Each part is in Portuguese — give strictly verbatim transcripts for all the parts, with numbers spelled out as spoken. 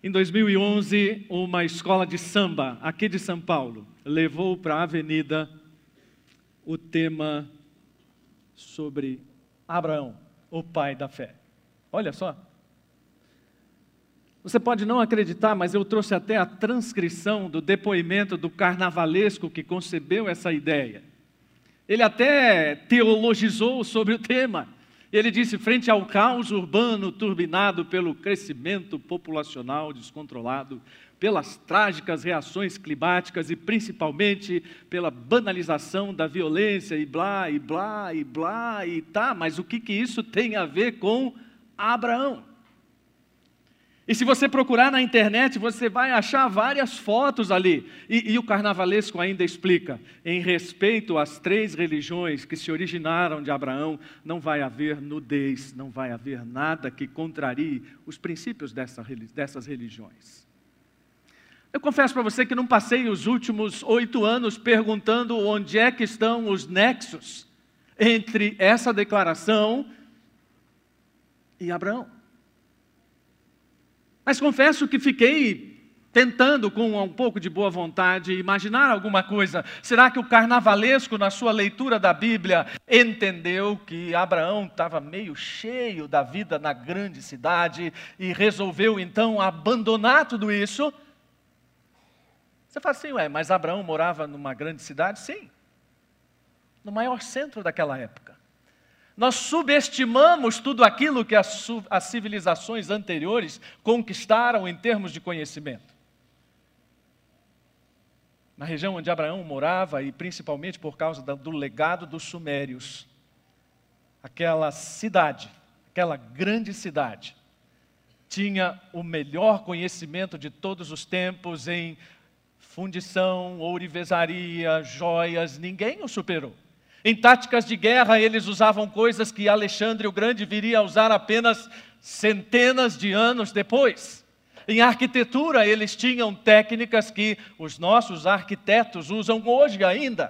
Em dois mil e onze, uma escola de samba aqui de São Paulo levou para a avenida o tema sobre Abraão, o pai da fé. Olha só. Você pode não acreditar, mas eu trouxe até a transcrição do depoimento do carnavalesco que concebeu essa ideia. Ele até teologizou sobre o tema. Ele disse, frente ao caos urbano turbinado pelo crescimento populacional descontrolado, pelas trágicas reações climáticas e principalmente pela banalização da violência e blá, e blá, e blá, e tá, mas o que, que isso tem a ver com Abraão? E se você procurar na internet, você vai achar várias fotos ali. E, e o carnavalesco ainda explica, em respeito às três religiões que se originaram de Abraão, não vai haver nudez, não vai haver nada que contrarie os princípios dessa, dessas religiões. Eu confesso para você que não passei os últimos oito anos perguntando onde é que estão os nexos entre essa declaração e Abraão. Mas confesso que fiquei tentando, com um pouco de boa vontade, imaginar alguma coisa. Será que o carnavalesco, na sua leitura da Bíblia, entendeu que Abraão estava meio cheio da vida na grande cidade e resolveu, então, abandonar tudo isso? Você fala assim, ué, mas Abraão morava numa grande cidade? Sim, no maior centro daquela época. Nós subestimamos tudo aquilo que as, as civilizações anteriores conquistaram em termos de conhecimento. Na região onde Abraão morava, e principalmente por causa do legado dos sumérios, aquela cidade, aquela grande cidade, tinha o melhor conhecimento de todos os tempos em fundição, ourivesaria, joias, ninguém o superou. Em táticas de guerra, eles usavam coisas que Alexandre o Grande viria a usar apenas centenas de anos depois. Em arquitetura, eles tinham técnicas que os nossos arquitetos usam hoje ainda.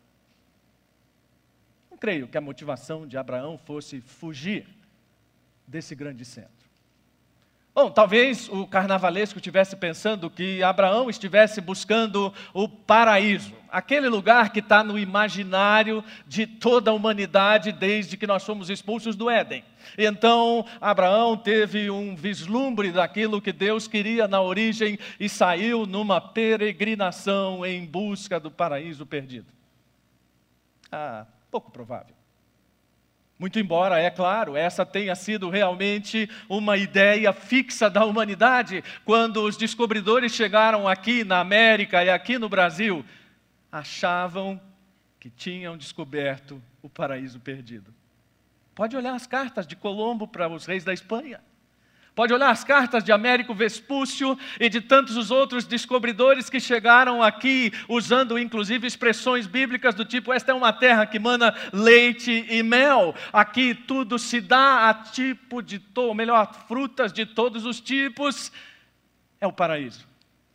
Não creio que a motivação de Abraão fosse fugir desse grande centro. Bom, talvez o carnavalesco estivesse pensando que Abraão estivesse buscando o paraíso, aquele lugar que está no imaginário de toda a humanidade desde que nós fomos expulsos do Éden. Então, Abraão teve um vislumbre daquilo que Deus queria na origem e saiu numa peregrinação em busca do paraíso perdido. Ah, pouco provável. Muito embora, é claro, essa tenha sido realmente uma ideia fixa da humanidade, quando os descobridores chegaram aqui na América e aqui no Brasil, achavam que tinham descoberto o paraíso perdido. Pode olhar as cartas de Colombo para os reis da Espanha. Pode olhar as cartas de Américo Vespúcio e de tantos os outros descobridores que chegaram aqui, usando inclusive expressões bíblicas do tipo, esta é uma terra que mana leite e mel. Aqui tudo se dá a tipo de, ou melhor, frutas de todos os tipos. É o paraíso.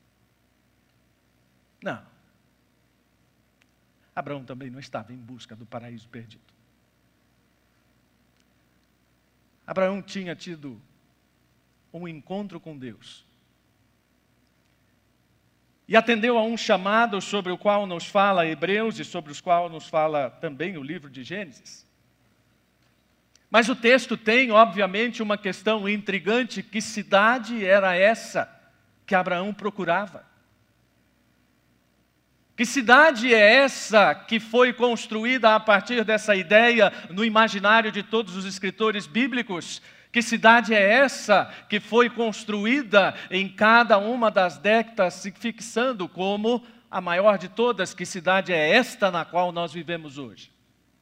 Não. Abraão também não estava em busca do paraíso perdido. Abraão tinha tido um encontro com Deus. E atendeu a um chamado sobre o qual nos fala Hebreus e sobre os quais nos fala também o livro de Gênesis. Mas o texto tem, obviamente, uma questão intrigante: que cidade era essa que Abraão procurava? Que cidade é essa que foi construída a partir dessa ideia no imaginário de todos os escritores bíblicos? Que cidade é essa que foi construída em cada uma das décadas, se fixando como a maior de todas? Que cidade é esta na qual nós vivemos hoje?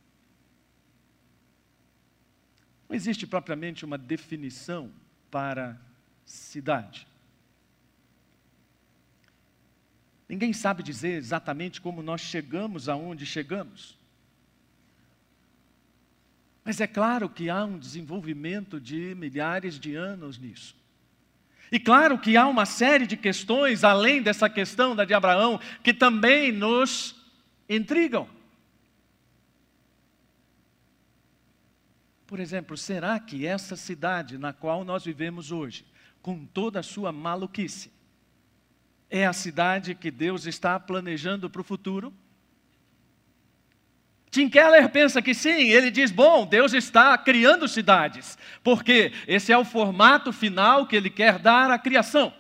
Não existe propriamente uma definição para cidade. Ninguém sabe dizer exatamente como nós chegamos aonde chegamos. Mas é claro que há um desenvolvimento de milhares de anos nisso. E claro que há uma série de questões, além dessa questão da de Abraão, que também nos intrigam. Por exemplo, será que essa cidade na qual nós vivemos hoje com toda a sua maluquice. É a cidade que Deus está planejando para o futuro? Tim Keller pensa que sim. Ele diz, bom, Deus está criando cidades, porque esse é o formato final que Ele quer dar à criação.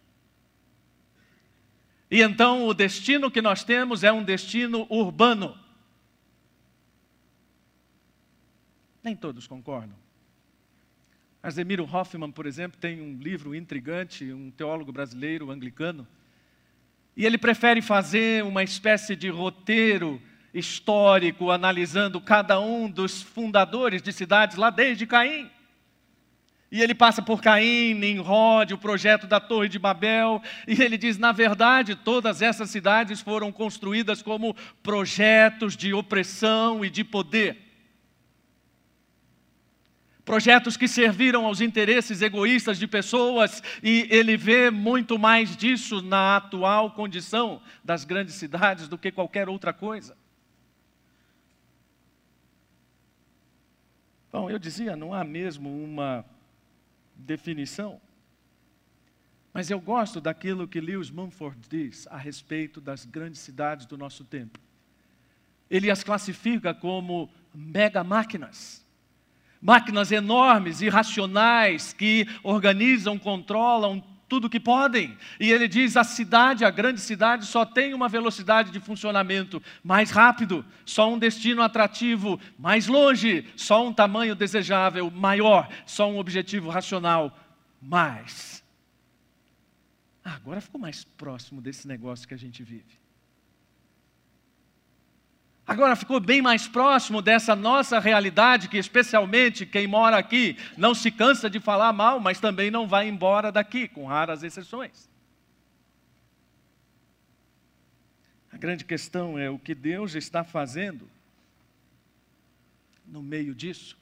E então o destino que nós temos é um destino urbano. Nem todos concordam. Arsemiro Hoffman, por exemplo, tem um livro intrigante, um teólogo brasileiro, anglicano, e ele prefere fazer uma espécie de roteiro histórico, analisando cada um dos fundadores de cidades lá desde Caim. E ele passa por Caim, Nimrod, o projeto da Torre de Babel, e ele diz, na verdade, todas essas cidades foram construídas como projetos de opressão e de poder. Projetos que serviram aos interesses egoístas de pessoas, e ele vê muito mais disso na atual condição das grandes cidades do que qualquer outra coisa. Bom, eu dizia, não há mesmo uma definição, mas eu gosto daquilo que Lewis Mumford diz a respeito das grandes cidades do nosso tempo. Ele as classifica como mega máquinas. Máquinas enormes, irracionais, que organizam, controlam tudo que podem. E ele diz, a cidade, a grande cidade, só tem uma velocidade de funcionamento mais rápido, só um destino atrativo mais longe, só um tamanho desejável maior, só um objetivo racional mais. Ah, agora ficou mais próximo desse negócio que a gente vive. Agora ficou bem mais próximo dessa nossa realidade, que especialmente quem mora aqui não se cansa de falar mal, mas também não vai embora daqui, com raras exceções. A grande questão é o que Deus está fazendo no meio disso.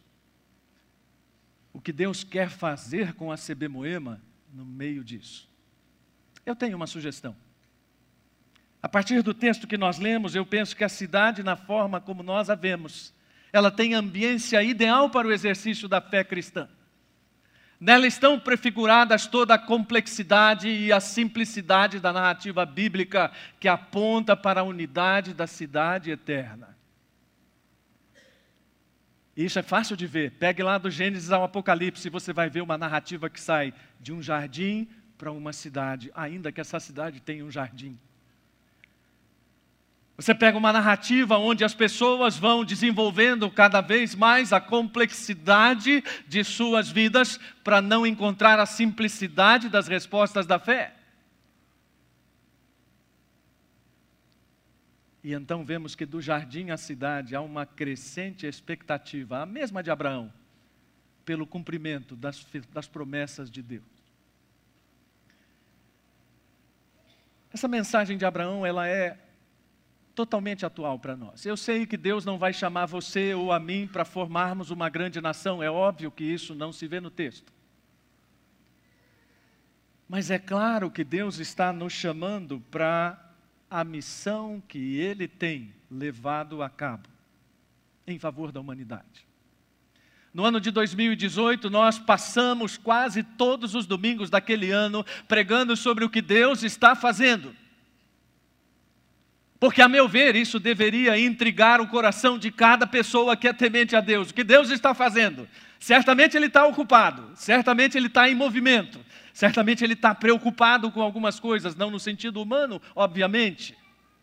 O que Deus quer fazer com a C B Moema no meio disso. Eu tenho uma sugestão. A partir do texto que nós lemos, eu penso que a cidade, na forma como nós a vemos, ela tem ambiência ideal para o exercício da fé cristã. Nela estão prefiguradas toda a complexidade e a simplicidade da narrativa bíblica que aponta para a unidade da cidade eterna. Isso é fácil de ver. Pegue lá do Gênesis ao Apocalipse e você vai ver uma narrativa que sai de um jardim para uma cidade, ainda que essa cidade tenha um jardim. Você pega uma narrativa onde as pessoas vão desenvolvendo cada vez mais a complexidade de suas vidas para não encontrar a simplicidade das respostas da fé. E então vemos que do jardim à cidade há uma crescente expectativa, a mesma de Abraão, pelo cumprimento das, das promessas de Deus. Essa mensagem de Abraão, ela é totalmente atual para nós. Eu sei que Deus não vai chamar você ou a mim para formarmos uma grande nação. É óbvio que isso não se vê no texto. Mas é claro que Deus está nos chamando para a missão que Ele tem levado a cabo em favor da humanidade. No ano de dois mil e dezoito, nós passamos quase todos os domingos daquele ano pregando sobre o que Deus está fazendo. Porque, a meu ver, isso deveria intrigar o coração de cada pessoa que é temente a Deus. O que Deus está fazendo? Certamente Ele está ocupado, certamente Ele está em movimento, certamente Ele está preocupado com algumas coisas, não no sentido humano, obviamente.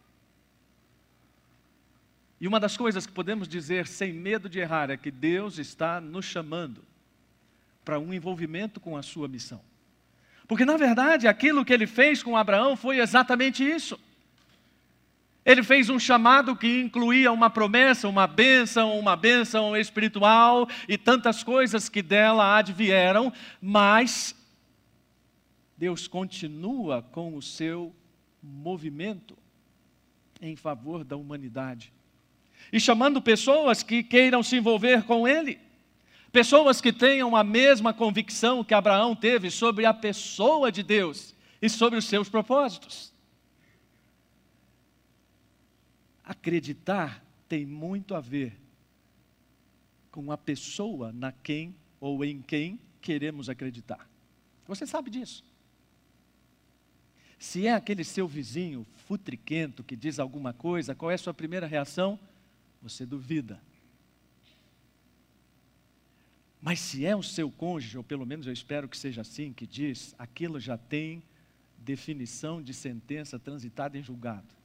E uma das coisas que podemos dizer sem medo de errar é que Deus está nos chamando para um envolvimento com a sua missão. Porque, na verdade, aquilo que Ele fez com Abraão foi exatamente isso. Ele fez um chamado que incluía uma promessa, uma bênção, uma bênção espiritual e tantas coisas que dela advieram, mas Deus continua com o seu movimento em favor da humanidade. E chamando pessoas que queiram se envolver com Ele. Pessoas que tenham a mesma convicção que Abraão teve sobre a pessoa de Deus e sobre os seus propósitos. Acreditar tem muito a ver com a pessoa na quem ou em quem queremos acreditar. Você sabe disso. Se é aquele seu vizinho futriquento que diz alguma coisa, qual é a sua primeira reação? Você duvida. Mas se é o seu cônjuge, ou pelo menos eu espero que seja assim, que diz, aquilo já tem definição de sentença transitada em julgado.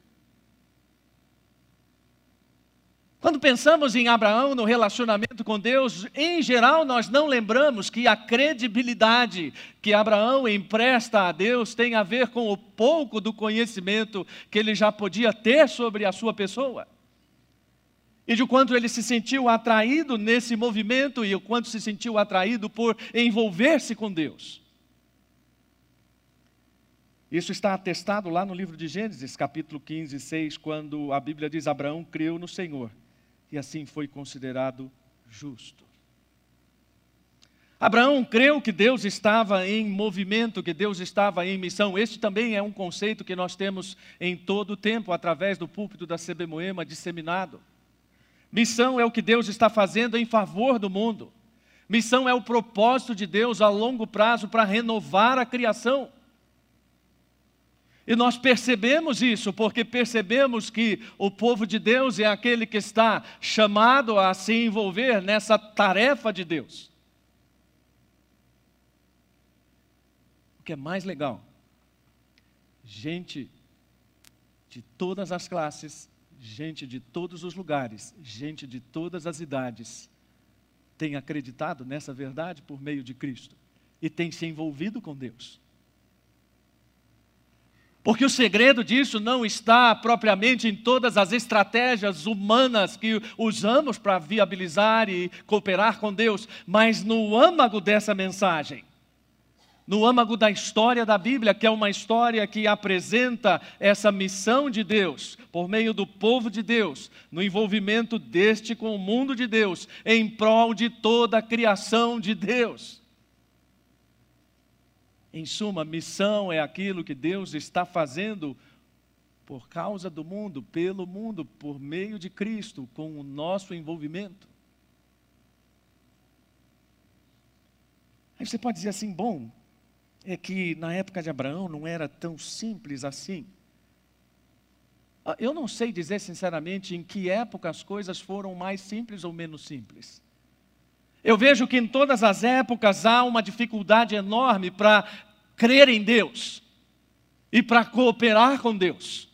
Quando pensamos em Abraão no relacionamento com Deus, em geral nós não lembramos que a credibilidade que Abraão empresta a Deus tem a ver com o pouco do conhecimento que ele já podia ter sobre a sua pessoa. E de quanto ele se sentiu atraído nesse movimento e o quanto se sentiu atraído por envolver-se com Deus. Isso está atestado lá no livro de Gênesis, capítulo quinze, seis, quando a Bíblia diz: Abraão creu no Senhor e assim foi considerado justo. Abraão creu que Deus estava em movimento, que Deus estava em missão. Este também é um conceito que nós temos em todo o tempo, através do púlpito da C B Moema disseminado. Missão é o que Deus está fazendo em favor do mundo. Missão é o propósito de Deus a longo prazo para renovar a criação. E nós percebemos isso, porque percebemos que o povo de Deus é aquele que está chamado a se envolver nessa tarefa de Deus. O que é mais legal, gente de todas as classes, gente de todos os lugares, gente de todas as idades, tem acreditado nessa verdade por meio de Cristo e tem se envolvido com Deus. Porque o segredo disso não está propriamente em todas as estratégias humanas que usamos para viabilizar e cooperar com Deus, mas no âmago dessa mensagem, no âmago da história da Bíblia, que é uma história que apresenta essa missão de Deus, por meio do povo de Deus, no envolvimento deste com o mundo de Deus, em prol de toda a criação de Deus. Em suma, missão é aquilo que Deus está fazendo por causa do mundo, pelo mundo, por meio de Cristo, com o nosso envolvimento. Aí você pode dizer assim, bom, é que na época de Abraão não era tão simples assim. Eu não sei dizer sinceramente em que época as coisas foram mais simples ou menos simples. Eu vejo que em todas as épocas há uma dificuldade enorme para crer em Deus e para cooperar com Deus.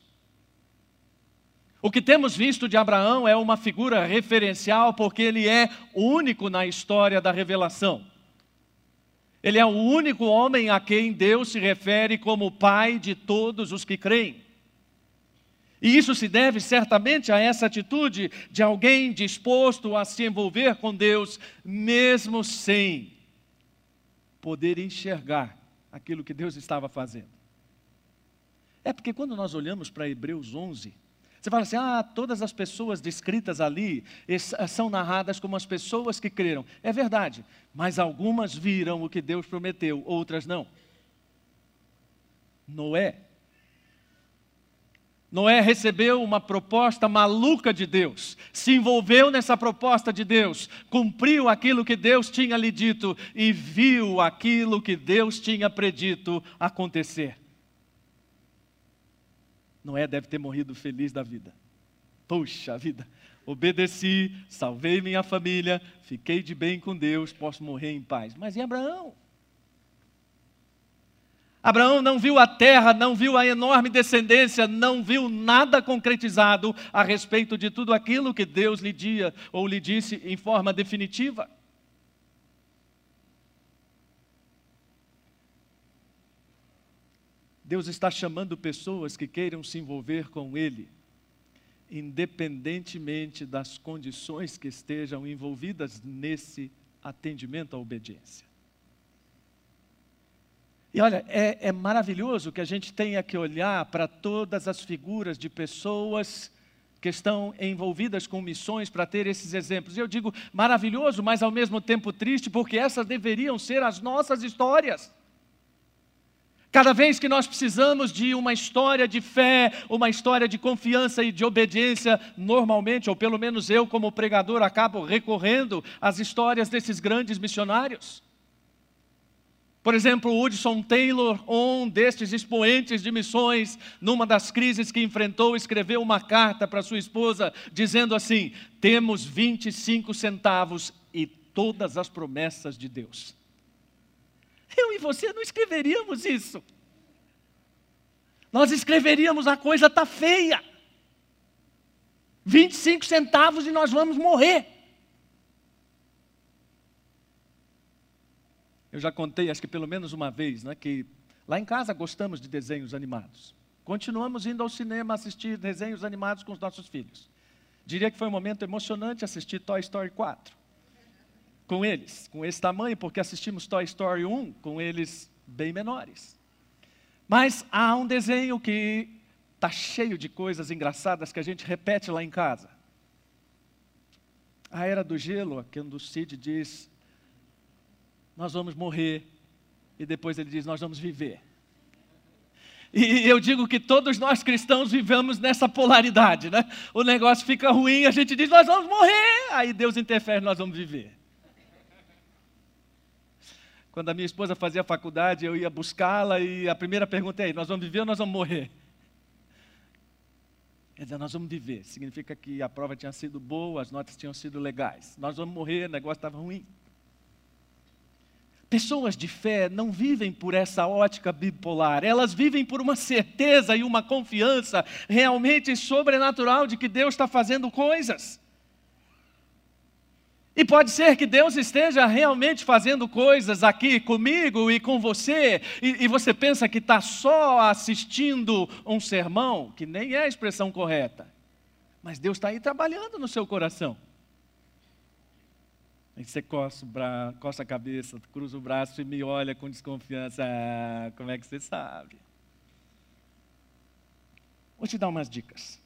O que temos visto de Abraão é uma figura referencial porque ele é único na história da revelação. Ele é o único homem a quem Deus se refere como pai de todos os que creem. E isso se deve certamente a essa atitude de alguém disposto a se envolver com Deus, mesmo sem poder enxergar aquilo que Deus estava fazendo. É porque quando nós olhamos para Hebreus onze, você fala assim, ah, todas as pessoas descritas ali são narradas como as pessoas que creram. É verdade, mas algumas viram o que Deus prometeu, outras não. Noé. Noé recebeu uma proposta maluca de Deus, se envolveu nessa proposta de Deus, cumpriu aquilo que Deus tinha lhe dito e viu aquilo que Deus tinha predito acontecer. Noé deve ter morrido feliz da vida. Puxa vida, obedeci, salvei minha família, fiquei de bem com Deus, posso morrer em paz. Mas e Abraão? Abraão não viu a terra, não viu a enorme descendência, não viu nada concretizado a respeito de tudo aquilo que Deus lhe dia, ou lhe disse em forma definitiva. Deus está chamando pessoas que queiram se envolver com Ele, independentemente das condições que estejam envolvidas nesse atendimento à obediência. E olha, é, é maravilhoso que a gente tenha que olhar para todas as figuras de pessoas que estão envolvidas com missões para ter esses exemplos. E eu digo maravilhoso, mas ao mesmo tempo triste, porque essas deveriam ser as nossas histórias. Cada vez que nós precisamos de uma história de fé, uma história de confiança e de obediência, normalmente, ou pelo menos eu como pregador, acabo recorrendo às histórias desses grandes missionários. Por exemplo, o Hudson Taylor, um destes expoentes de missões, numa das crises que enfrentou, escreveu uma carta para sua esposa, dizendo assim: temos vinte e cinco centavos e todas as promessas de Deus. Eu e você não escreveríamos isso. Nós escreveríamos: a coisa está feia. vinte e cinco centavos e nós vamos morrer. Eu já contei, acho que pelo menos uma vez, né, que lá em casa gostamos de desenhos animados. Continuamos indo ao cinema assistir desenhos animados com os nossos filhos. Diria que foi um momento emocionante assistir Toy Story quatro. Com eles, com esse tamanho, porque assistimos Toy Story um com eles bem menores. Mas há um desenho que está cheio de coisas engraçadas que a gente repete lá em casa. A Era do Gelo, quando o Cid diz: nós vamos morrer, e depois ele diz: nós vamos viver. E eu digo que todos nós cristãos vivemos nessa polaridade, né? O negócio fica ruim, a gente diz: nós vamos morrer, aí Deus interfere, nós vamos viver. Quando a minha esposa fazia faculdade, eu ia buscá-la e a primeira pergunta é: nós vamos viver ou nós vamos morrer? Quer dizer, nós vamos viver, significa que a prova tinha sido boa, as notas tinham sido legais. Nós vamos morrer, o negócio estava ruim. Pessoas de fé não vivem por essa ótica bipolar, elas vivem por uma certeza e uma confiança realmente sobrenatural de que Deus está fazendo coisas. E pode ser que Deus esteja realmente fazendo coisas aqui comigo e com você, e, e você pensa que está só assistindo um sermão, que nem é a expressão correta, mas Deus está aí trabalhando no seu coração. Aí você coça, o bra... coça a cabeça, cruza o braço e me olha com desconfiança. Ah, como é que você sabe? Vou te dar umas dicas.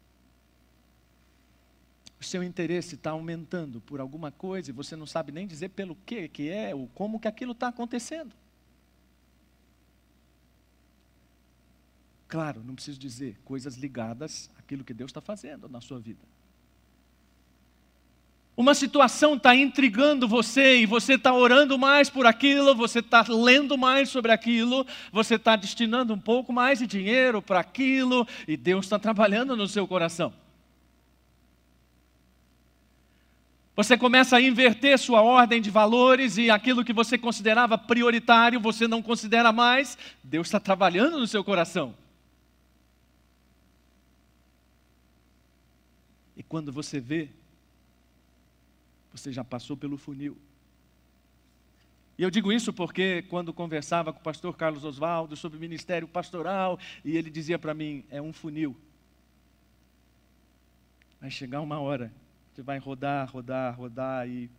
O seu interesse está aumentando por alguma coisa e você não sabe nem dizer pelo que que é, ou como que aquilo está acontecendo. Claro, não preciso dizer, coisas ligadas àquilo que Deus está fazendo na sua vida. Uma situação está intrigando você e você está orando mais por aquilo, você está lendo mais sobre aquilo, você está destinando um pouco mais de dinheiro para aquilo e Deus está trabalhando no seu coração. Você começa a inverter sua ordem de valores e aquilo que você considerava prioritário, você não considera mais. Deus está trabalhando no seu coração. E quando você vê, você já passou pelo funil. E eu digo isso porque quando conversava com o pastor Carlos Oswaldo sobre o ministério pastoral, e ele dizia para mim: é um funil. Vai chegar uma hora, você vai rodar, rodar, rodar e...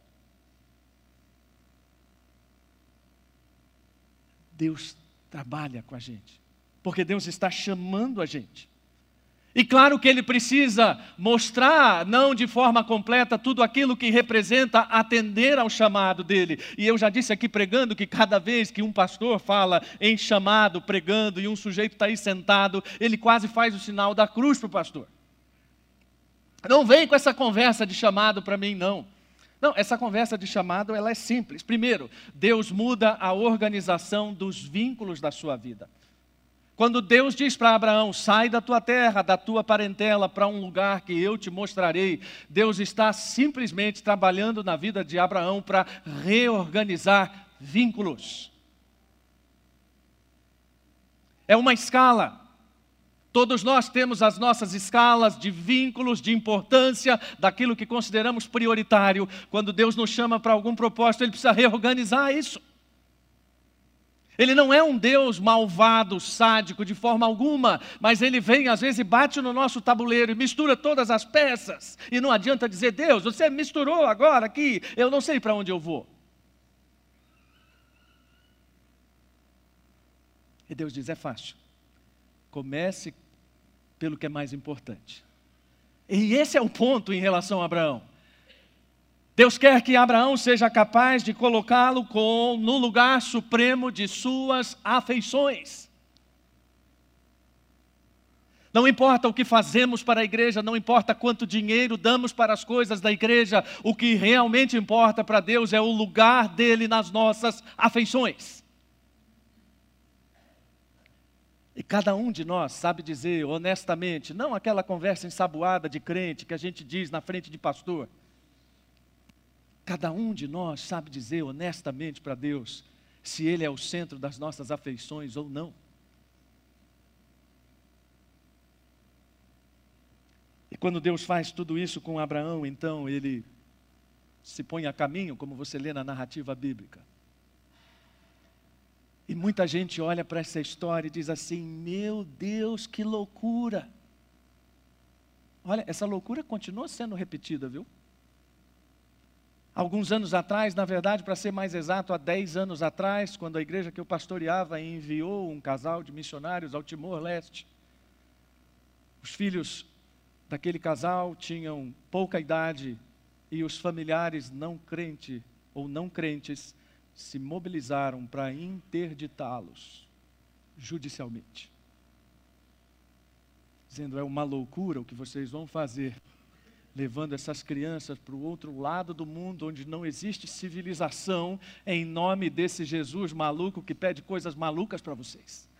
Deus trabalha com a gente, porque Deus está chamando a gente. E claro que Ele precisa mostrar, não de forma completa, tudo aquilo que representa atender ao chamado dEle. E eu já disse aqui pregando que cada vez que um pastor fala em chamado, pregando, e um sujeito está aí sentado, ele quase faz o sinal da cruz para o pastor. Não vem com essa conversa de chamado para mim, não. Não, essa conversa de chamado, ela é simples. Primeiro, Deus muda a organização dos vínculos da sua vida. Quando Deus diz para Abraão: sai da tua terra, da tua parentela, para um lugar que eu te mostrarei, Deus está simplesmente trabalhando na vida de Abraão para reorganizar vínculos. É uma escala. Todos nós temos as nossas escalas de vínculos, de importância, daquilo que consideramos prioritário. Quando Deus nos chama para algum propósito, Ele precisa reorganizar isso. Ele não é um Deus malvado, sádico, de forma alguma, mas Ele vem às vezes e bate no nosso tabuleiro e mistura todas as peças. E não adianta dizer: Deus, você misturou agora aqui, eu não sei para onde eu vou. E Deus diz: é fácil. Comece pelo que é mais importante. E esse é o ponto em relação a Abraão. Deus quer que Abraão seja capaz de colocá-lo no lugar supremo de suas afeições. Não importa o que fazemos para a igreja, não importa quanto dinheiro damos para as coisas da igreja, o que realmente importa para Deus é o lugar dele nas nossas afeições. E cada um de nós sabe dizer honestamente, não aquela conversa ensaboada de crente que a gente diz na frente de pastor. Cada um de nós sabe dizer honestamente para Deus se Ele é o centro das nossas afeições ou não. E quando Deus faz tudo isso com Abraão, então ele se põe a caminho, como você lê na narrativa bíblica. E muita gente olha para essa história e diz assim, meu Deus, que loucura. Olha, essa loucura continua sendo repetida, viu? Alguns anos atrás, na verdade, para ser mais exato, há dez anos atrás, quando a igreja que eu pastoreava enviou um casal de missionários ao Timor-Leste, os filhos daquele casal tinham pouca idade e os familiares não crentes ou não crentes se mobilizaram para interditá-los judicialmente. Dizendo, é uma loucura o que vocês vão fazer, levando essas crianças para o outro lado do mundo, onde não existe civilização, em nome desse Jesus maluco que pede coisas malucas para vocês.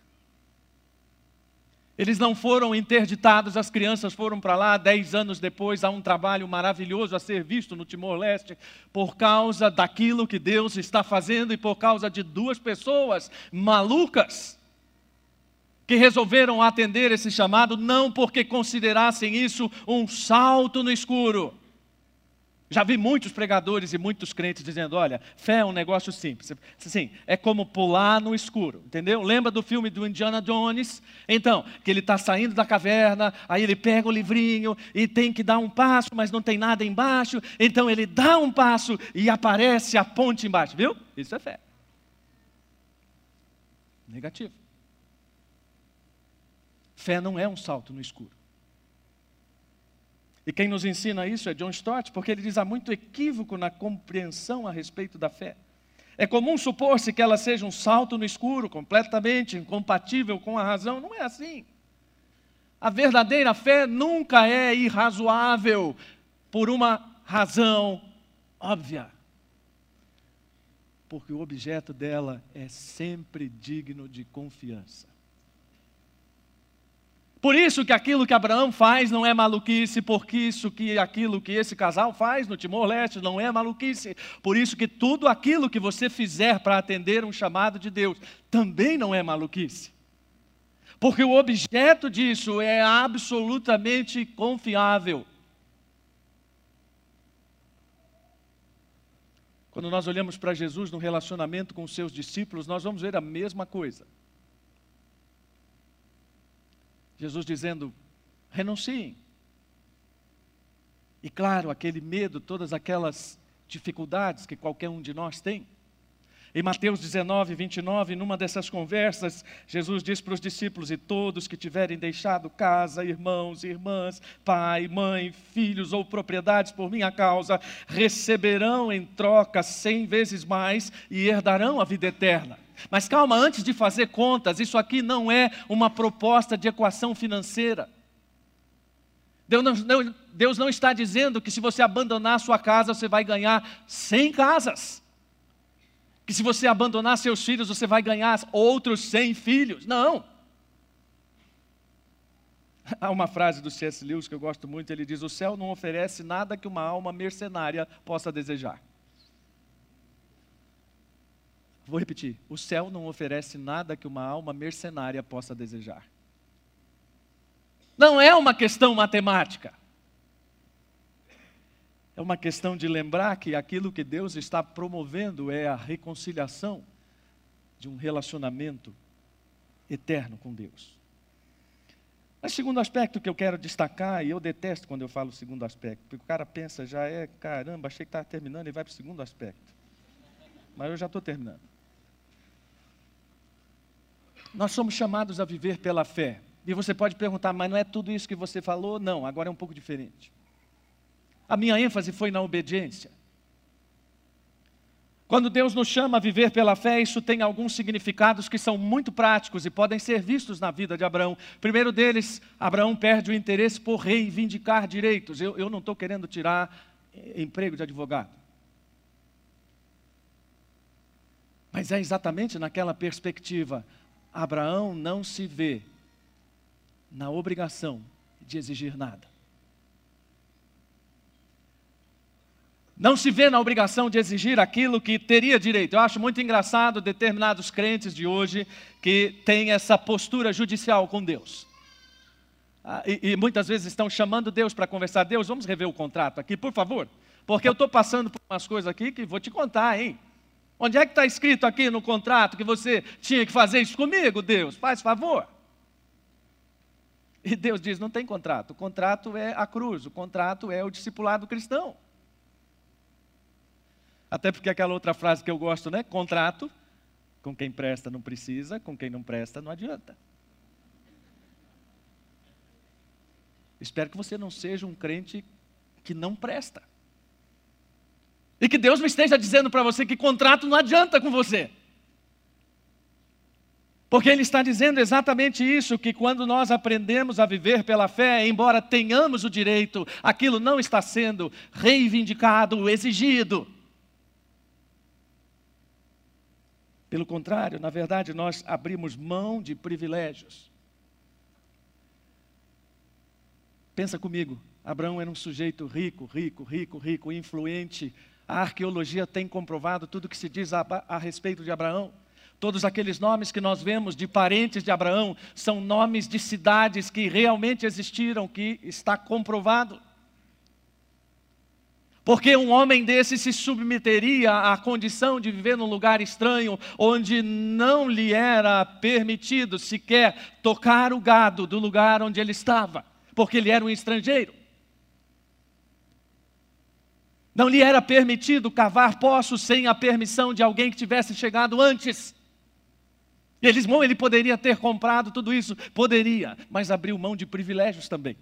Eles não foram interditados, as crianças foram para lá, dez anos depois, há um trabalho maravilhoso a ser visto no Timor-Leste, por causa daquilo que Deus está fazendo e por causa de duas pessoas malucas, que resolveram atender esse chamado, não porque considerassem isso um salto no escuro. Já vi muitos pregadores e muitos crentes dizendo, olha, fé é um negócio simples. Assim, é como pular no escuro, entendeu? Lembra do filme do Indiana Jones? Então, que ele está saindo da caverna, aí ele pega o livrinho e tem que dar um passo, mas não tem nada embaixo. Então ele dá um passo e aparece a ponte embaixo, viu? Isso é fé. Negativo. Fé não é um salto no escuro. E quem nos ensina isso é John Stott, porque ele diz, há muito equívoco na compreensão a respeito da fé. É comum supor-se que ela seja um salto no escuro, completamente incompatível com a razão. Não é assim. A verdadeira fé nunca é irrazoável por uma razão óbvia. Porque o objeto dela é sempre digno de confiança. Por isso que aquilo que Abraão faz não é maluquice, porque isso que aquilo que esse casal faz no Timor-Leste não é maluquice. Por isso que tudo aquilo que você fizer para atender um chamado de Deus também não é maluquice. Porque o objeto disso é absolutamente confiável. Quando nós olhamos para Jesus no relacionamento com os seus discípulos, nós vamos ver a mesma coisa. Jesus dizendo, renunciem. E claro, aquele medo, todas aquelas dificuldades que qualquer um de nós tem. Em Mateus dezenove, vinte e nove, numa dessas conversas, Jesus diz para os discípulos, e todos que tiverem deixado casa, irmãos, irmãs, pai, mãe, filhos ou propriedades por minha causa, receberão em troca cem vezes mais e herdarão a vida eterna. Mas calma, antes de fazer contas, isso aqui não é uma proposta de equação financeira. Deus não, Deus não está dizendo que se você abandonar a sua casa, você vai ganhar cem casas. Que se você abandonar seus filhos, você vai ganhar outros cem filhos. Não. Há uma frase do C S Lewis que eu gosto muito, ele diz, o céu não oferece nada que uma alma mercenária possa desejar. Vou repetir, o céu não oferece nada que uma alma mercenária possa desejar. Não é uma questão matemática. É uma questão de lembrar que aquilo que Deus está promovendo é a reconciliação de um relacionamento eterno com Deus. Mas segundo aspecto que eu quero destacar, e eu detesto quando eu falo segundo aspecto, porque o cara pensa, já é, caramba, achei que estava terminando e vai para o segundo aspecto. Mas eu já estou terminando. Nós somos chamados a viver pela fé. E você pode perguntar, mas não é tudo isso que você falou? Não, agora é um pouco diferente. A minha ênfase foi na obediência. Quando Deus nos chama a viver pela fé, isso tem alguns significados que são muito práticos e podem ser vistos na vida de Abraão. O primeiro deles, Abraão perde o interesse por reivindicar direitos. Eu, eu não estou querendo tirar emprego de advogado. Mas é exatamente naquela perspectiva. Abraão não se vê na obrigação de exigir nada. Não se vê na obrigação de exigir aquilo que teria direito. Eu acho muito engraçado determinados crentes de hoje que têm essa postura judicial com Deus. Ah, e, e muitas vezes estão chamando Deus para conversar. Deus, vamos rever o contrato aqui, por favor. Porque eu estou passando por umas coisas aqui que vou te contar, hein? Onde é que está escrito aqui no contrato que você tinha que fazer isso comigo, Deus? Faz favor. E Deus diz, não tem contrato. O contrato é a cruz, o contrato é o discipulado cristão. Até porque aquela outra frase que eu gosto, né? Contrato, com quem presta não precisa, com quem não presta não adianta. Espero que você não seja um crente que não presta. E que Deus me esteja dizendo para você que contrato não adianta com você. Porque Ele está dizendo exatamente isso, que quando nós aprendemos a viver pela fé, embora tenhamos o direito, aquilo não está sendo reivindicado, exigido. Pelo contrário, na verdade, nós abrimos mão de privilégios. Pensa comigo, Abraão era um sujeito rico, rico, rico, rico, influente. A arqueologia tem comprovado tudo o que se diz a, a respeito de Abraão. Todos aqueles nomes que nós vemos de parentes de Abraão são nomes de cidades que realmente existiram, que está comprovado. Porque um homem desse se submeteria à condição de viver num lugar estranho, onde não lhe era permitido sequer tocar o gado do lugar onde ele estava, porque ele era um estrangeiro. Não lhe era permitido cavar poços sem a permissão de alguém que tivesse chegado antes. E eles, bom, ele poderia ter comprado tudo isso, poderia, mas abriu mão de privilégios também.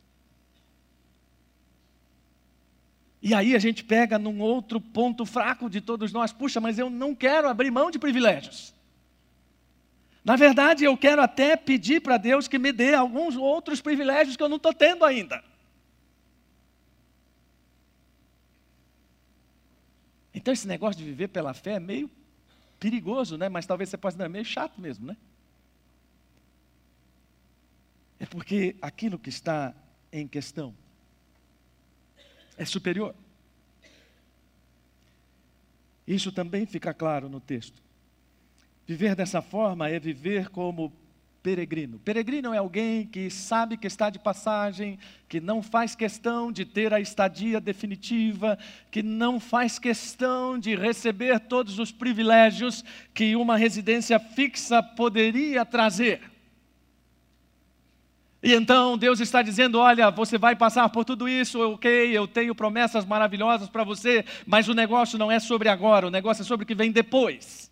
E aí a gente pega num outro ponto fraco de todos nós. Puxa, mas eu não quero abrir mão de privilégios. Na verdade, eu quero até pedir para Deus que me dê alguns outros privilégios que eu não estou tendo ainda. Então esse negócio de viver pela fé é meio perigoso, né? Mas talvez você possa dizer, é meio chato mesmo, né? É porque aquilo que está em questão é superior. Isso também fica claro no texto. Viver dessa forma é viver como peregrino. Peregrino é alguém que sabe que está de passagem, que não faz questão de ter a estadia definitiva, que não faz questão de receber todos os privilégios que uma residência fixa poderia trazer. E então Deus está dizendo, olha, você vai passar por tudo isso, ok, eu tenho promessas maravilhosas para você, mas o negócio não é sobre agora, o negócio é sobre o que vem depois.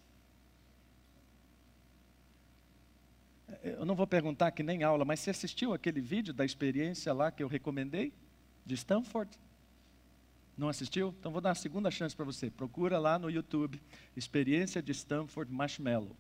Eu não vou perguntar que nem aula, mas você assistiu aquele vídeo da experiência lá que eu recomendei, de Stanford? Não assistiu? Então vou dar uma segunda chance para você, procura lá no YouTube, Experiência de Stanford Marshmallow.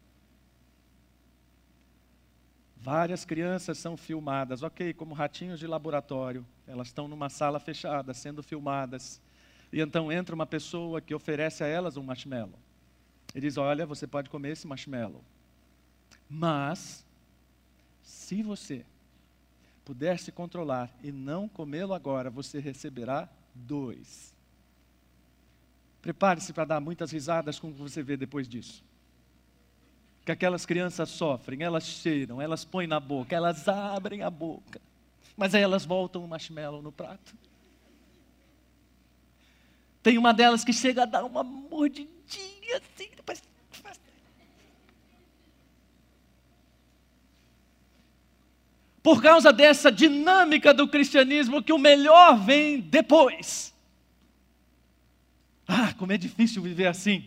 Várias crianças são filmadas, ok, como ratinhos de laboratório. Elas estão numa sala fechada, sendo filmadas. E então entra uma pessoa que oferece a elas um marshmallow. E diz, olha, você pode comer esse marshmallow. Mas, se você puder se controlar e não comê-lo agora, você receberá dois. Prepare-se para dar muitas risadas com o que você vê depois disso. Que aquelas crianças sofrem, elas cheiram, elas põem na boca, elas abrem a boca, mas aí elas voltam o marshmallow no prato. Tem uma delas que chega a dar uma mordidinha assim, depois... Por causa dessa dinâmica do cristianismo, que o melhor vem depois. Ah, como é difícil viver assim.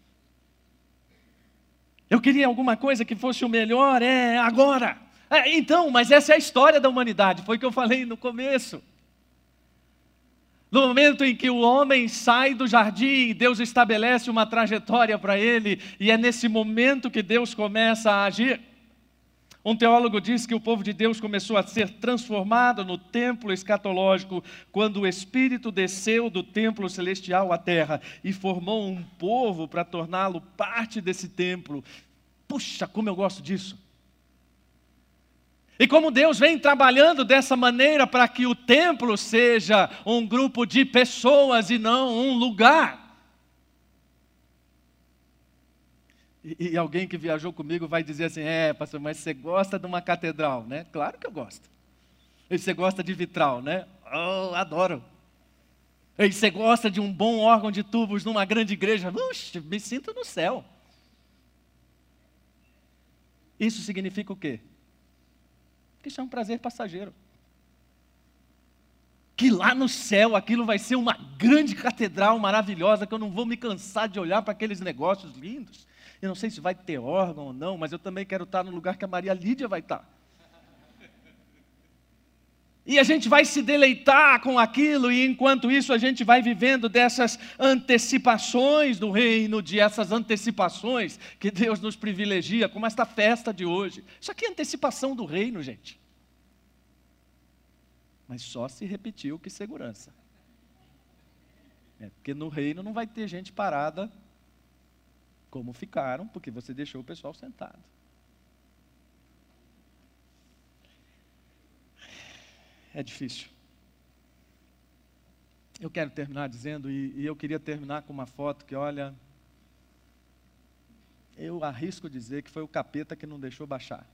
Eu queria alguma coisa que fosse o melhor, é agora. É, então, mas essa é a história da humanidade, foi o que eu falei no começo. No momento em que o homem sai do jardim, Deus estabelece uma trajetória para ele, e é nesse momento que Deus começa a agir. Um teólogo diz que o povo de Deus começou a ser transformado no templo escatológico quando o Espírito desceu do templo celestial à terra e formou um povo para torná-lo parte desse templo. Puxa, como eu gosto disso! E como Deus vem trabalhando dessa maneira para que o templo seja um grupo de pessoas e não um lugar. E, e alguém que viajou comigo vai dizer assim, é, pastor, mas você gosta de uma catedral, né? Claro que eu gosto. E você gosta de vitral, né? Oh, adoro. E você gosta de um bom órgão de tubos numa grande igreja? Uxe, me sinto no céu. Isso significa o quê? Que isso é um prazer passageiro. Que lá no céu aquilo vai ser uma grande catedral maravilhosa, que eu não vou me cansar de olhar para aqueles negócios lindos. Eu não sei se vai ter órgão ou não, mas eu também quero estar no lugar que a Maria Lídia vai estar. E a gente vai se deleitar com aquilo, e enquanto isso a gente vai vivendo dessas antecipações do reino, de essas antecipações que Deus nos privilegia, como esta festa de hoje. Isso aqui é antecipação do reino, gente. Mas só se repetiu que segurança. É, porque no reino não vai ter gente parada como ficaram, porque você deixou o pessoal sentado. É difícil. Eu quero terminar dizendo, e, e eu queria terminar com uma foto que, olha, eu arrisco dizer que foi o capeta que não deixou baixar.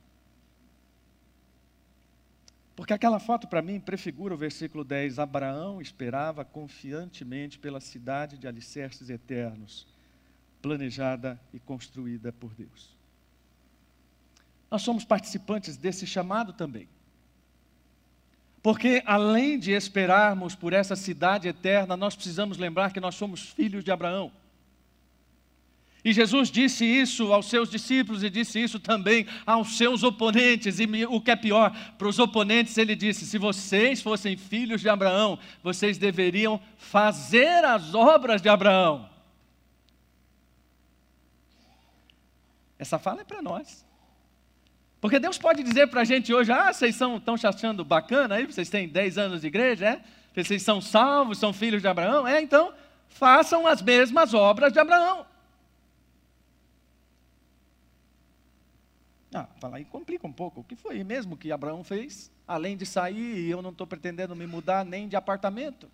Porque aquela foto para mim prefigura o versículo dez, Abraão esperava confiantemente pela cidade de alicerces eternos, planejada e construída por Deus. Nós somos participantes desse chamado também. Porque além de esperarmos por essa cidade eterna, nós precisamos lembrar que nós somos filhos de Abraão. E Jesus disse isso aos seus discípulos e disse isso também aos seus oponentes. E o que é pior, para os oponentes ele disse, se vocês fossem filhos de Abraão, vocês deveriam fazer as obras de Abraão. Essa fala é para nós. Porque Deus pode dizer para a gente hoje, ah, vocês estão se achando bacana aí, vocês têm dez anos de igreja, é? Vocês são salvos, são filhos de Abraão, é? Então, façam as mesmas obras de Abraão. Ah, fala aí, complica um pouco. O que foi mesmo que Abraão fez? Além de sair, e eu não estou pretendendo me mudar nem de apartamento.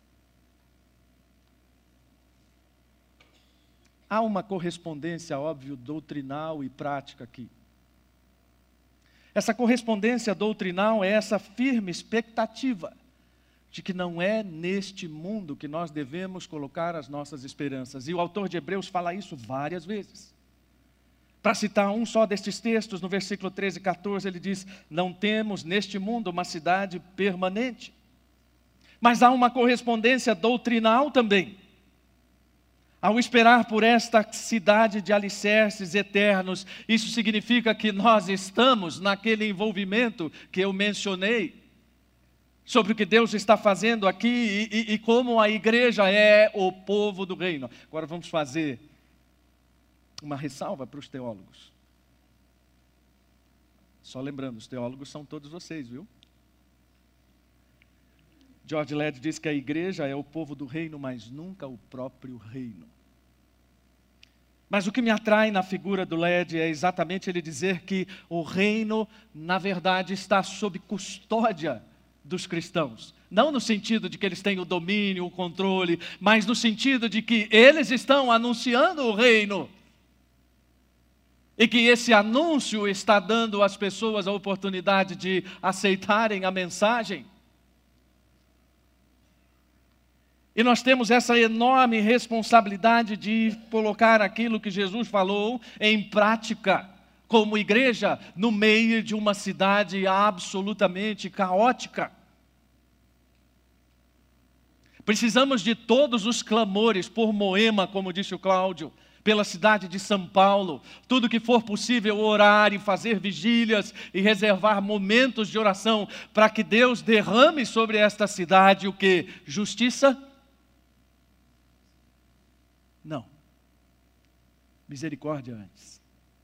Há uma correspondência, óbvio, doutrinal e prática aqui. Essa correspondência doutrinal é essa firme expectativa de que não é neste mundo que nós devemos colocar as nossas esperanças. E o autor de Hebreus fala isso várias vezes. Para citar um só destes textos, no versículo treze e quatorze, ele diz, não temos neste mundo uma cidade permanente. Mas há uma correspondência doutrinal também. Ao esperar por esta cidade de alicerces eternos, isso significa que nós estamos naquele envolvimento que eu mencionei, sobre o que Deus está fazendo aqui e, e, e como a igreja é o povo do reino. Agora vamos fazer uma ressalva para os teólogos. Só lembrando, os teólogos são todos vocês, viu? George Led diz que a igreja é o povo do reino, mas nunca o próprio reino. Mas o que me atrai na figura do Led é exatamente ele dizer que o reino, na verdade, está sob custódia dos cristãos. Não no sentido de que eles têm o domínio, o controle, mas no sentido de que eles estão anunciando o reino. E que esse anúncio está dando às pessoas a oportunidade de aceitarem a mensagem. E nós temos essa enorme responsabilidade de colocar aquilo que Jesus falou em prática, como igreja, no meio de uma cidade absolutamente caótica. Precisamos de todos os clamores por Moema, como disse o Cláudio, pela cidade de São Paulo. Tudo que for possível orar e fazer vigílias e reservar momentos de oração para que Deus derrame sobre esta cidade o que? Justiça? Não. Misericórdia antes.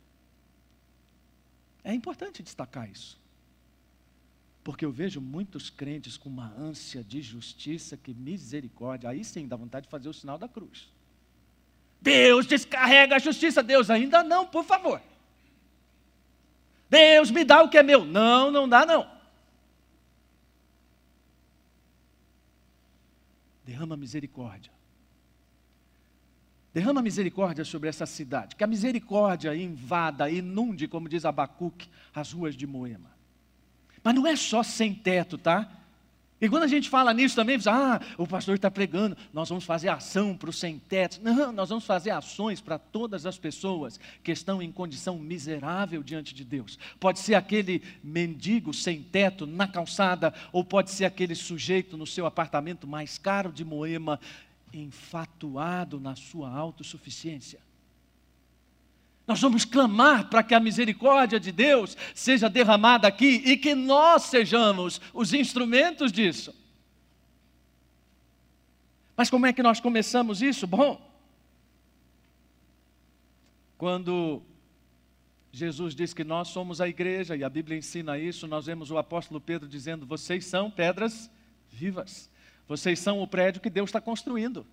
É importante destacar isso. Porque eu vejo muitos crentes com uma ânsia de justiça, que misericórdia. Aí sim, dá vontade de fazer o sinal da cruz. Deus descarrega a justiça. Deus, ainda não, por favor. Deus, me dá o que é meu. Não, não dá não. Derrama misericórdia. Derrama misericórdia sobre essa cidade. Que a misericórdia invada, inunde, como diz Abacuque, as ruas de Moema. Mas não é só sem teto, tá? E quando a gente fala nisso também, diz, ah, o pastor está pregando, nós vamos fazer ação para os sem teto. Não, nós vamos fazer ações para todas as pessoas que estão em condição miserável diante de Deus. Pode ser aquele mendigo sem teto na calçada, ou pode ser aquele sujeito no seu apartamento mais caro de Moema, enfatuado na sua autossuficiência. Nós vamos clamar para que a misericórdia de Deus seja derramada aqui e que nós sejamos os instrumentos disso. Mas como é que nós começamos isso? Bom, quando Jesus diz que nós somos a igreja, e a Bíblia ensina isso, nós vemos o apóstolo Pedro dizendo, vocês são pedras vivas, vocês são o prédio que Deus está construindo.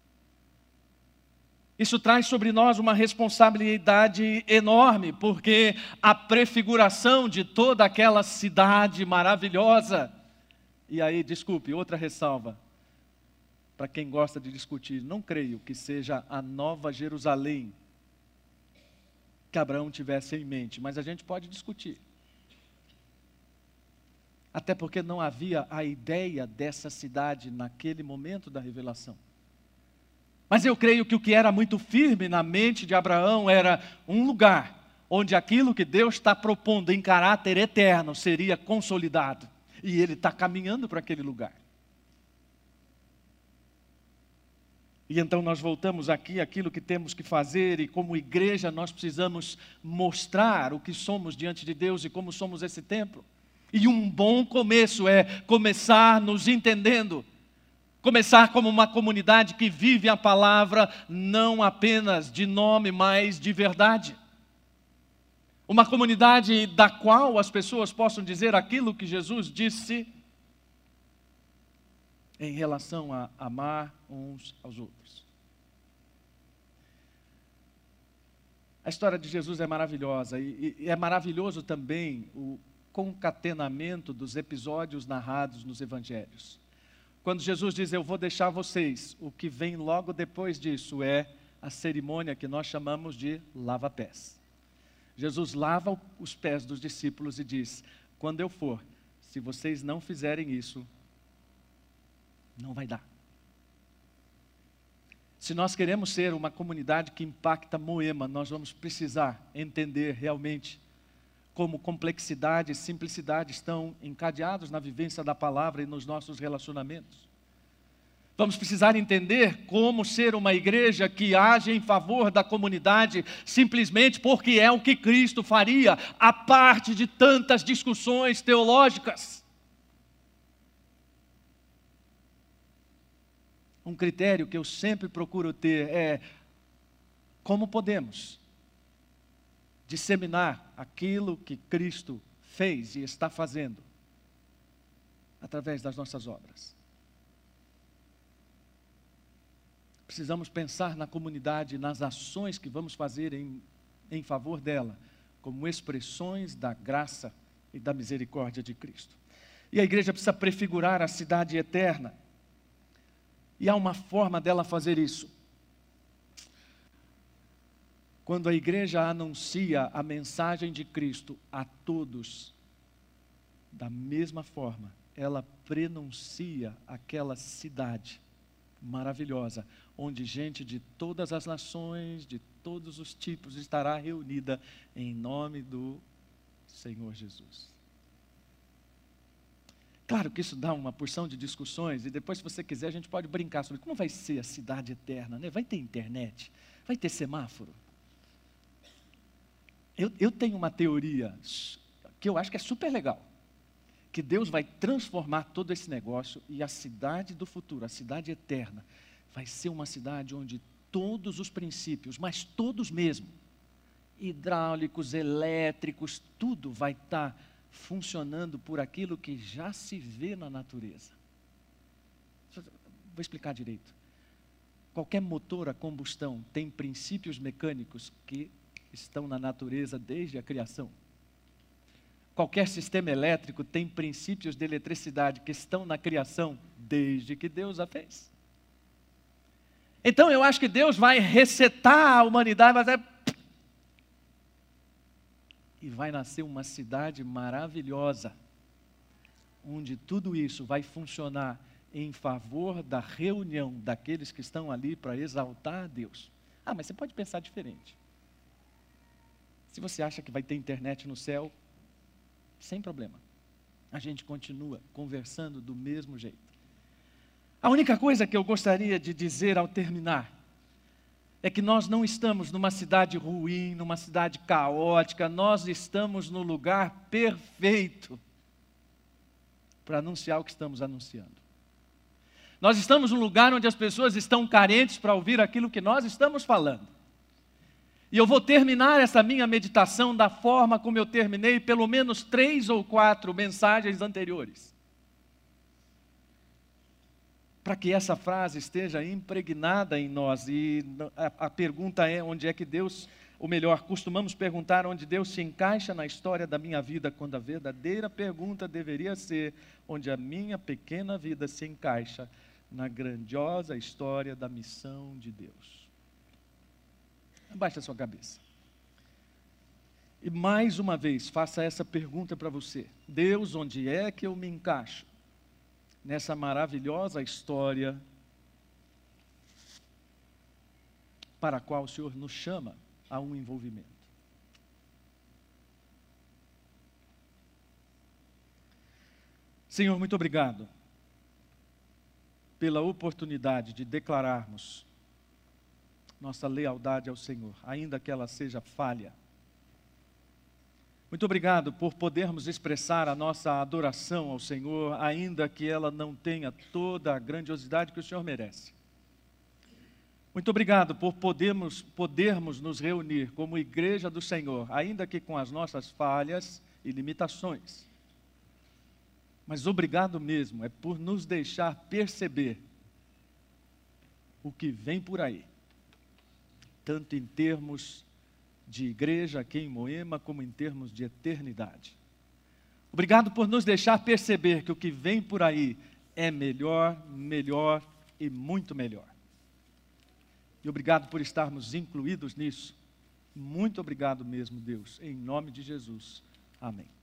Isso traz sobre nós uma responsabilidade enorme, porque a prefiguração de toda aquela cidade maravilhosa, e aí, desculpe, outra ressalva, para quem gosta de discutir, não creio que seja a nova Jerusalém que Abraão tivesse em mente, mas a gente pode discutir. Até porque não havia a ideia dessa cidade naquele momento da revelação. Mas eu creio que o que era muito firme na mente de Abraão era um lugar onde aquilo que Deus está propondo em caráter eterno seria consolidado. E ele está caminhando para aquele lugar. E então nós voltamos aqui àquilo que temos que fazer, e como igreja nós precisamos mostrar o que somos diante de Deus e como somos esse templo. E um bom começo é começar nos entendendo. Começar como uma comunidade que vive a palavra não apenas de nome, mas de verdade. Uma comunidade da qual as pessoas possam dizer aquilo que Jesus disse em relação a amar uns aos outros. A história de Jesus é maravilhosa e, e é maravilhoso também o concatenamento dos episódios narrados nos evangelhos. Quando Jesus diz, eu vou deixar vocês, o que vem logo depois disso é a cerimônia que nós chamamos de lava-pés. Jesus lava os pés dos discípulos e diz, quando eu for, se vocês não fizerem isso, não vai dar. Se nós queremos ser uma comunidade que impacta Moema, nós vamos precisar entender realmente como complexidade e simplicidade estão encadeados na vivência da palavra e nos nossos relacionamentos. Vamos precisar entender como ser uma igreja que age em favor da comunidade, simplesmente porque é o que Cristo faria, a parte de tantas discussões teológicas. Um critério que eu sempre procuro ter é como podemos disseminar aquilo que Cristo fez e está fazendo através das nossas obras. Precisamos pensar na comunidade, nas ações que vamos fazer em, em favor dela, como expressões da graça e da misericórdia de Cristo. E a igreja precisa prefigurar a cidade eterna. E há uma forma dela fazer isso. Quando a igreja anuncia a mensagem de Cristo a todos, da mesma forma, ela prenuncia aquela cidade maravilhosa, onde gente de todas as nações, de todos os tipos, estará reunida em nome do Senhor Jesus. Claro que isso dá uma porção de discussões, e depois, se você quiser, a gente pode brincar sobre como vai ser a cidade eterna, né? Vai ter internet? Vai ter semáforo? Eu, eu tenho uma teoria que eu acho que é super legal, que Deus vai transformar todo esse negócio, e a cidade do futuro, a cidade eterna, vai ser uma cidade onde todos os princípios, mas todos mesmo, hidráulicos, elétricos, tudo vai estar funcionando por aquilo que já se vê na natureza. Vou explicar direito. Qualquer motor a combustão tem princípios mecânicos que estão na natureza desde a criação. Qualquer sistema elétrico tem princípios de eletricidade que estão na criação desde que Deus a fez. Então eu acho que Deus vai resetar a humanidade, vai dizer, e vai nascer uma cidade maravilhosa, onde tudo isso vai funcionar em favor da reunião daqueles que estão ali para exaltar a Deus. Ah, mas você pode pensar diferente. Se você acha que vai ter internet no céu, sem problema. A gente continua conversando do mesmo jeito. A única coisa que eu gostaria de dizer ao terminar é que nós não estamos numa cidade ruim, numa cidade caótica, nós estamos no lugar perfeito para anunciar o que estamos anunciando. Nós estamos num lugar onde as pessoas estão carentes para ouvir aquilo que nós estamos falando. E eu vou terminar essa minha meditação da forma como eu terminei pelo menos três ou quatro mensagens anteriores. Para que essa frase esteja impregnada em nós. E a, a pergunta é, onde é que Deus, ou melhor, costumamos perguntar onde Deus se encaixa na história da minha vida, quando a verdadeira pergunta deveria ser, onde a minha pequena vida se encaixa na grandiosa história da missão de Deus. Abaixe a sua cabeça. E mais uma vez, faça essa pergunta para você. Deus, onde é que eu me encaixo nessa maravilhosa história para a qual o Senhor nos chama a um envolvimento? Senhor, muito obrigado pela oportunidade de declararmos nossa lealdade ao Senhor, ainda que ela seja falha. Muito obrigado por podermos expressar a nossa adoração ao Senhor, ainda que ela não tenha toda a grandiosidade que o Senhor merece. Muito obrigado por podermos, podermos nos reunir como igreja do Senhor, ainda que com as nossas falhas e limitações. Mas obrigado mesmo, é por nos deixar perceber o que vem por aí, tanto em termos de igreja aqui em Moema, como em termos de eternidade. Obrigado por nos deixar perceber que o que vem por aí é melhor, melhor e muito melhor. E obrigado por estarmos incluídos nisso. Muito obrigado mesmo, Deus, em nome de Jesus. Amém.